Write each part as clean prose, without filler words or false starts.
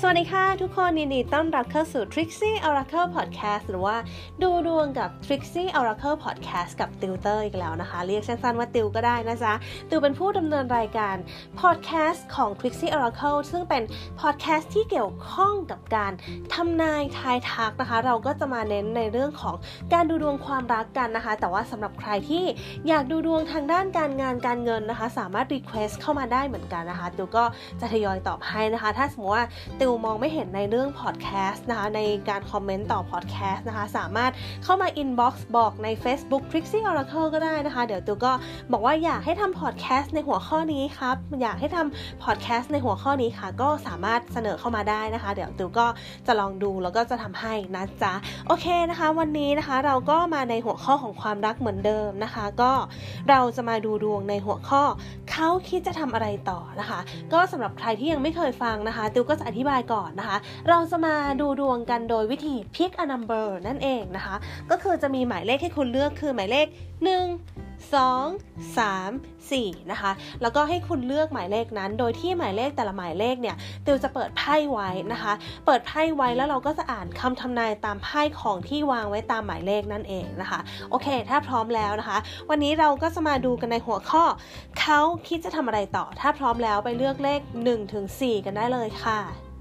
วัสดีค่ะทุกคนยินดีต้อนรับเข้าสู่ Trixie Oracle Podcast หรือว่าดูดวงกับ Trixie Oracle Podcast กับติวเตอร์อีกแล้วนะคะเรียกสั้นๆว่าติวก็ได้นะจ๊ะติวเป็นผู้ดำเนินรายการ Podcast ของ Trixie Oracle ซึ่งเป็น Podcast ที่เกี่ยวข้องกับการทำนายทายทักนะคะเราก็จะมาเน้นในเรื่องของการดูดวงความรักกันนะคะแต่ว่าสำหรับใครที่อยากดูดวงทางด้านการงานการเงินนะคะสามารถ request เข้ามาได้เหมือนกันนะคะติวก็จะทยอยตอบให้นะคะถ้าสมมติว่าติวมองไม่เห็นในเรื่องพอดแคสต์นะคะในการคอมเมนต์ต่อพอดแคสต์นะคะสามารถเข้ามา inbox บอกใน Facebook Trixie Oracle ก็ได้นะคะเดี๋ยวติวก็บอกว่าอยากให้ทำพอดแคสต์ในหัวข้อนี้ครับอยากให้ทำพอดแคสต์ในหัวข้อนี้ค่ะก็สามารถเสนอเข้ามาได้นะคะเดี๋ยวติวก็จะลองดูแล้วก็จะทำให้นะจ๊ะโอเคนะคะวันนี้นะคะเราก็มาในหัวข้อของความรักเหมือนเดิมนะคะก็เราจะมาดูดวงในหัวข้อเขาคิดจะทำอะไรต่อนะคะก็สำหรับใครที่ยังไม่เคยฟังนะคะติวก็จะอธิบายก่อนนะคะเราจะมาดูดวงกันโดยวิธี pick a number นั่นเองนะคะก็คือจะมีหมายเลขให้คุณเลือกคือหมายเลข1 2 3 4นะคะแล้วก็ให้คุณเลือกหมายเลขนั้นโดยที่หมายเลขแต่ละหมายเลขเนี่ยติวจะเปิดไพ่ไว้นะคะเปิดไพ่ไว้แล้วเราก็จะอ่านคำทำนายตามไพ่ของที่วางไว้ตามหมายเลขนั่นเองนะคะโอเคถ้าพร้อมแล้วนะคะวันนี้เราก็จะมาดูกันในหัวข้อเขาคิดจะทำอะไรต่อถ้าพร้อมแล้วไปเลือกเลข 1-4 กันได้เลยค่ะ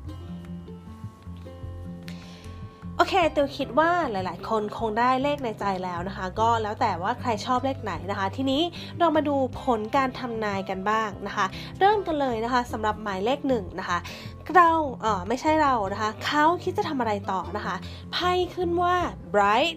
โอเคติวคิดว่าหลายๆคนคงได้เลขในใจแล้วนะคะก็แล้วแต่ว่าใครชอบเลขไหนนะคะทีนี้เรามาดูผลการทำนายกันบ้างนะคะเริ่มกันเลยนะคะสำหรับหมายเลข1นะคะเราไม่ใช่เรานะคะเขาคิดจะทำอะไรต่อนะคะไพ่ขึ้นว่า bright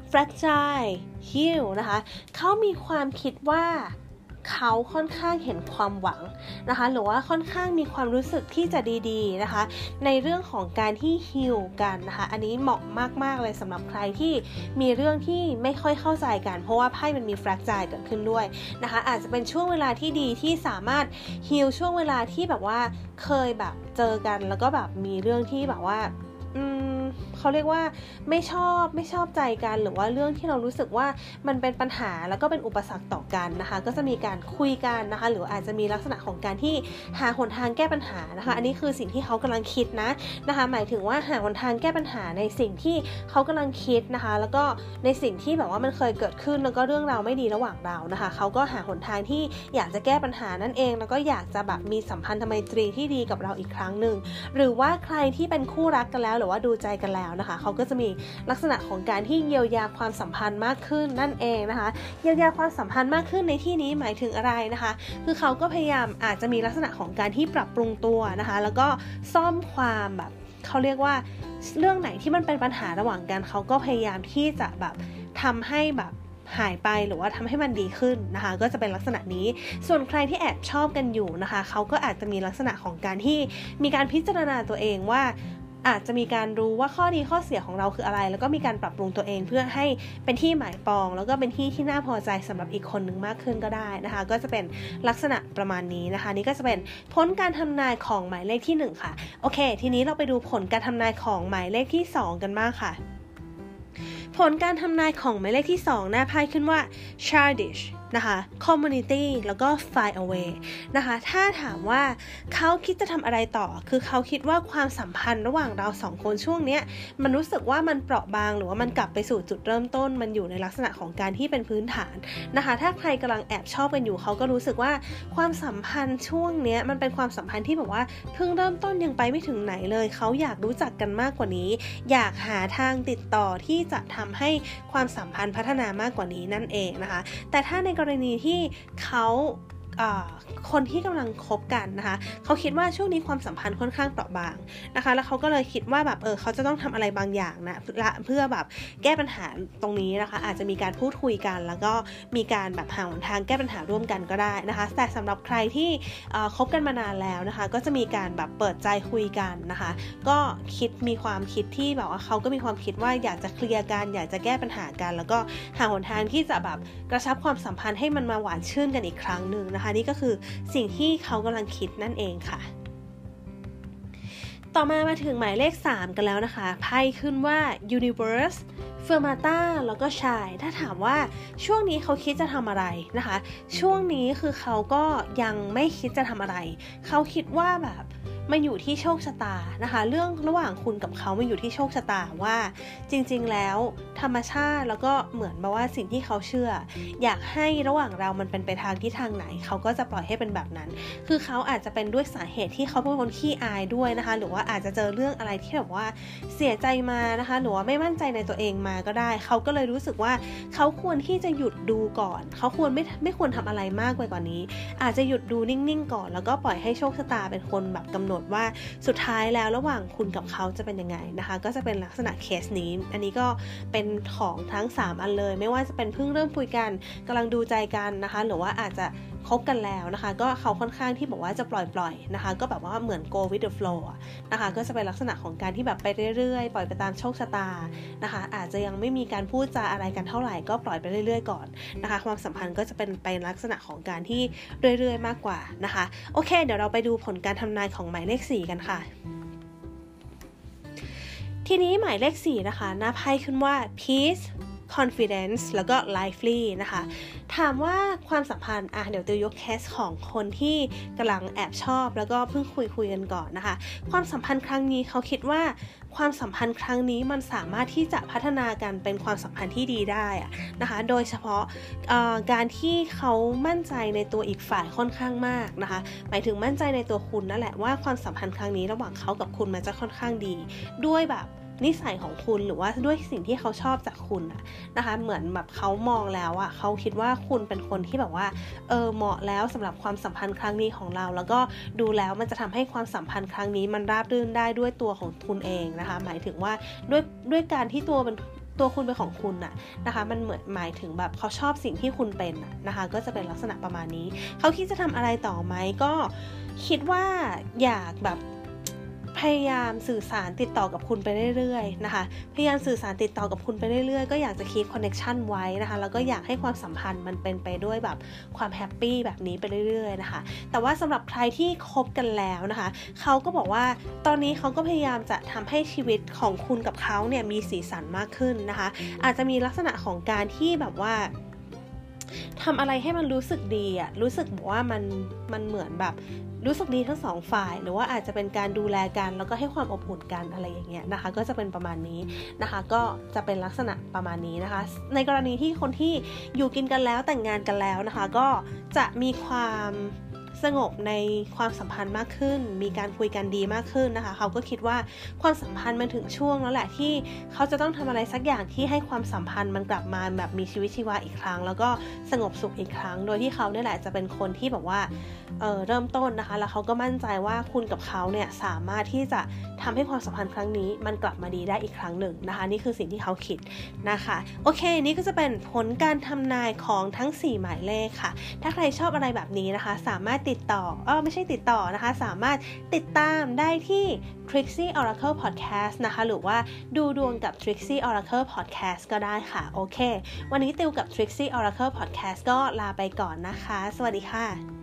fragile heal นะคะเขามีความคิดว่าเขาค่อนข้างเห็นความหวังนะคะหรือว่าค่อนข้างมีความรู้สึกที่จะดีๆนะคะในเรื่องของการที่ฮีลกันนะคะอันนี้เหมาะมากๆเลยสำหรับใครที่มีเรื่องที่ไม่ค่อยเข้าใจกันเพราะว่าไพ่มันมีแฟลกไจเกิดขึ้นด้วยนะคะอาจจะเป็นช่วงเวลาที่ดีที่สามารถฮีลช่วงเวลาที่แบบว่าเคยแบบเจอกันแล้วก็แบบมีเรื่องที่แบบว่าเขาเรียกว่าไม่ชอบใจกันหรือว่าเรื่องที่เรารู้สึกว่ามันเป็นปัญหาแล้วก็เป็นอุปสรรคต่อกันนะคะก็จะมีการคุยกันนะคะหรืออาจจะมีลักษณะของการที่หาหนทางแก้ปัญหานะคะอันนี้คือสิ่งที่เขากำลังคิดนะคะหมายถึงว่าหาหนทางแก้ปัญหาในสิ่งที่เขากำลังคิดนะคะแล้วก็ในสิ่งที่แบบว่ามันเคยเกิดขึ้นแล้วก็เรื่องราวไม่ดีระหว่างเรานะคะเขาก็หาหนทางที่อยากจะแก้ปัญหานั่นเองแล้วก็อยากจะแบบมีสัมพันธไมตรีที่ดีกับเราอีกครั้งหนึ่งหรือว่าใครที่เป็นคู่รักกันแล้วหรือว่าดูใจกันแล้วนะคะเขาก็จะมีลักษณะของการที่เยียวยาความสัมพันธ์มากขึ้นนั่นเองนะคะเยียวยาความสัมพันธ์มากขึ้นในที่นี้หมายถึงอะไรนะคะคือเขาก็พยายามอาจจะมีลักษณะของการที่ปรับปรุงตัวนะคะแล้วก็ซ่อมความแบบเขาเรียกว่าเรื่องไหนที่มันเป็นปัญหาระหว่างกันเขาก็พยายามที่จะแบบทำให้แบบหายไปหรือว่าทำให้มันดีขึ้นนะคะก็จะเป็นลักษณะนี้ส่วนใครที่แอบชอบกันอยู่นะคะเขาก็อาจจะมีลักษณะของการที่มีการพิจารณาตัวเองว่าอาจจะมีการรู้ว่าข้อดีข้อเสียของเราคืออะไรแล้วก็มีการปรับปรุงตัวเองเพื่อให้เป็นที่หมายปองแล้วก็เป็นที่น่าพอใจสำหรับอีกคนหนึ่งมากขึ้นก็ได้นะคะก็จะเป็นลักษณะประมาณนี้นะคะนี่ก็จะเป็นผลการทำนายของหมายเลขที่1ค่ะโอเคทีนี้เราไปดูผลการทำนายของหมายเลขที่2กันบ้างค่ะผลการทำนายของหมายเลขที่2หน้าไพ่ขึ้นว่า childish นะคะ community แล้วก็ fly away นะคะถ้าถามว่าเขาคิดจะทำอะไรต่อคือเขาคิดว่าความสัมพันธ์ระหว่างเรา2คนช่วงนี้มันรู้สึกว่ามันเปราะบางหรือว่ามันกลับไปสู่จุดเริ่มต้นมันอยู่ในลักษณะของการที่เป็นพื้นฐานนะคะถ้าใครกำลังแอบชอบกันอยู่เขาก็รู้สึกว่าความสัมพันธ์ช่วงนี้มันเป็นความสัมพันธ์ที่แบบว่าเพิ่งเริ่มต้นยังไปไม่ถึงไหนเลยเขาอยากรู้จักกันมากกว่านี้อยากหาทางติดต่อที่จะทำให้ความสัมพันธ์พัฒนามากกว่านี้นั่นเองนะคะแต่ถ้าในกรณีที่เขาคนที่กำลังคบกันนะคะเขาคิดว่าช่วงนี้ความสัมพันธ์ค่อนข้างเปราะบางนะคะแล้วเขาก็เลยคิดว่าแบบเขาจะต้องทำอะไรบางอย่างนะเพื่อแบบแก้ปัญหาตรงนี้นะคะอาจจะมีการพูดคุยกันแล้วก็มีการแบบหาหนทางแก้ปัญหาร่วมกันก็ได้นะคะแต่สำหรับใครที่คบกันมานานแล้วนะคะก็จะมีการแบบเปิดใจคุยกันนะคะก็มีความคิดที่แบบว่าเขาก็มีความคิดว่าอยากจะเคลียร์กันอยากจะแก้ปัญหากันแล้วก็หาหนทางที่จะแบบกระชับความสัมพันธ์ให้มันมาหวานชื่นกันอีกครั้งนึงนะคะนี่ก็คือสิ่งที่เขากำลังคิดนั่นเองค่ะต่อมาถึงหมายเลข3กันแล้วนะคะไพ่ขึ้นว่า universe Fermata แล้วก็ Shy ถ้าถามว่าช่วงนี้เขาคิดจะทำอะไรนะคะช่วงนี้คือเขาก็ยังไม่คิดจะทำอะไรเขาคิดว่าแบบมาอยู่ที่โชคชะตานะคะเรื่องระหว่างคุณกับเขามาอยู่ที่โชคชะตาว่าจริงๆแล้วธรรมชาติแล้วก็เหมือนแบบว่าสิ่งที่เขาเชื่ออยากให้ระหว่างเรามันเป็นไปทางที่ทางไหนเขาก็จะปล่อยให้เป็นแบบนั้นคือเขาอาจจะเป็นด้วยสาเหตุที่เขาเป็นคนขี้อายด้วยนะคะหรือว่าอาจจะเจอเรื่องอะไรที่แบบว่าเสียใจมานะคะหรือว่าไม่มั่นใจในตัวเองมาก็ได้เขาก็เลยรู้สึกว่าเขาควรที่จะหยุดดูก่อนเขาควรไม่ควรทำอะไรมากไปกว่านี้อาจจะหยุดดูนิ่งๆก่อนแล้วก็ปล่อยให้โชคชะตาเป็นคนแบบกำหนดว่าสุดท้ายแล้วระหว่างคุณกับเขาจะเป็นยังไงนะคะก็จะเป็นลักษณะเคสนี้อันนี้ก็เป็นของทั้ง3อันเลยไม่ว่าจะเป็นเพิ่งเริ่มคุยกันกำลังดูใจกันนะคะหรือว่าอาจจะคบกันแล้วนะคะก็เขาค่อนข้างที่บอกว่าจะปล่อยนะคะก็แบบว่าเหมือน go with the flow นะคะก็จะเป็นลักษณะของการที่แบบไปเรื่อยๆปล่อยไปตามโชคชะตานะคะอาจจะยังไม่มีการพูดจาอะไรกันเท่าไหร่ก็ปล่อยไปเรื่อยๆก่อนนะคะความสัมพันธ์ก็จะเป็นไปลักษณะของการที่เรื่อยๆมากกว่านะคะโอเคเดี๋ยวเราไปดูผลการทำนายของหมายเลข4กันค่ะทีนี้หมายเลข4นะคะหน้าไพ่ขึ้นว่า peace confidence แล้วก็ lively นะคะถามว่าความสัมพันธ์เดี๋ยวจะยกเคสของคนที่กำลังแอบชอบแล้วก็เพิ่งคุยกันก่อนนะคะความสัมพันธ์ครั้งนี้เขาคิดว่าความสัมพันธ์ครั้งนี้มันสามารถที่จะพัฒนากันเป็นความสัมพันธ์ที่ดีได้นะคะโดยเฉพาะการที่เขามั่นใจในตัวอีกฝ่ายค่อนข้างมากนะคะหมายถึงมั่นใจในตัวคุณนั่นแหละว่าความสัมพันธ์ครั้งนี้ระหว่างเขากับคุณมันจะค่อนข้างดีด้วยแบบนิสัยของคุณหรือว่าด้วยสิ่งที่เขาชอบจากคุณนะคะเหมือนแบบเขามองแล้วเขาคิดว่าคุณเป็นคนที่แบบว่าเหมาะแล้วสำหรับความสัมพันธ์ครั้งนี้ของเราแล้วก็ดูแล้วมันจะทำให้ความสัมพันธ์ครั้งนี้มันราบรื่นได้ด้วยตัวของคุณเองนะคะหมายถึงว่าด้วยการที่ตัวคุณเป็นของคุณนะคะมันเหมือนหมายถึงแบบเขาชอบสิ่งที่คุณเป็นนะคะก็จะเป็นลักษณะประมาณนี้เขาคิดจะทำอะไรต่อไหมก็คิดว่าอยากแบบพยายามสื่อสารติดต่อกับคุณไปเรื่อยๆนะคะพยายามสื่อสารติดต่อกับคุณไปเรื่อยๆก็อยากจะคีปคอนเนคชั่นไว้นะคะแล้วก็อยากให้ความสัมพันธ์มันเป็นไปด้วยแบบความแฮปปี้แบบนี้ไปเรื่อยๆนะคะแต่ว่าสำหรับใครที่คบกันแล้วนะคะเขาก็บอกว่าตอนนี้เขาก็พยายามจะทำให้ชีวิตของคุณกับเขาเนี่ยมีสีสันมากขึ้นนะคะอาจจะมีลักษณะของการที่แบบว่าทำอะไรให้มันรู้สึกดีรู้สึกบอกว่ามันเหมือนแบบรู้สึกดีทั้งสองฝ่ายหรือว่าอาจจะเป็นการดูแลกันแล้วก็ให้ความอบอุ่นกันอะไรอย่างเงี้ยนะคะก็จะเป็นประมาณนี้นะคะก็จะเป็นลักษณะประมาณนี้นะคะในกรณีที่คนที่อยู่กินกันแล้วแต่งงานกันแล้วนะคะก็จะมีความสงบในความสัมพันธ์มากขึ้นมีการคุยกันดีมากขึ้นนะคะเขาก็คิดว่าความสัมพันธ์มันถึงช่วงแล้วแหละที่เขาจะต้องทำอะไรสักอย่างที่ให้ความสัมพันธ์มันกลับมาแบบมีชีวิตชีวาอีกครั้งแล้วก็สงบสุขอีกครั้งโดยที่เขาเนี่ยแหละจะเป็นคนที่แบบว่าเริ่มต้นนะคะแล้วเขาก็มั่นใจว่าคุณกับเขาเนี่ยสามารถที่จะทำให้ความสัมพันธ์ครั้งนี้มันกลับมาดีได้อีกครั้งหนึ่งนะคะนี่คือสิ่งที่เขาคิดนะคะโอเคนี่ก็จะเป็นผลการทำนายของทั้ง4หมายเลขค่ะถ้าใครชอบอะไรแบบนี้นะคะสามารถติดต่อไม่ใช่ติดต่อนะคะสามารถติดตามได้ที่ Trixie Oracle Podcast นะคะหรือว่าดูดวงกับ Trixie Oracle Podcast ก็ได้ค่ะโอเควันนี้ติวกับ Trixie Oracle Podcast ก็ลาไปก่อนนะคะสวัสดีค่ะ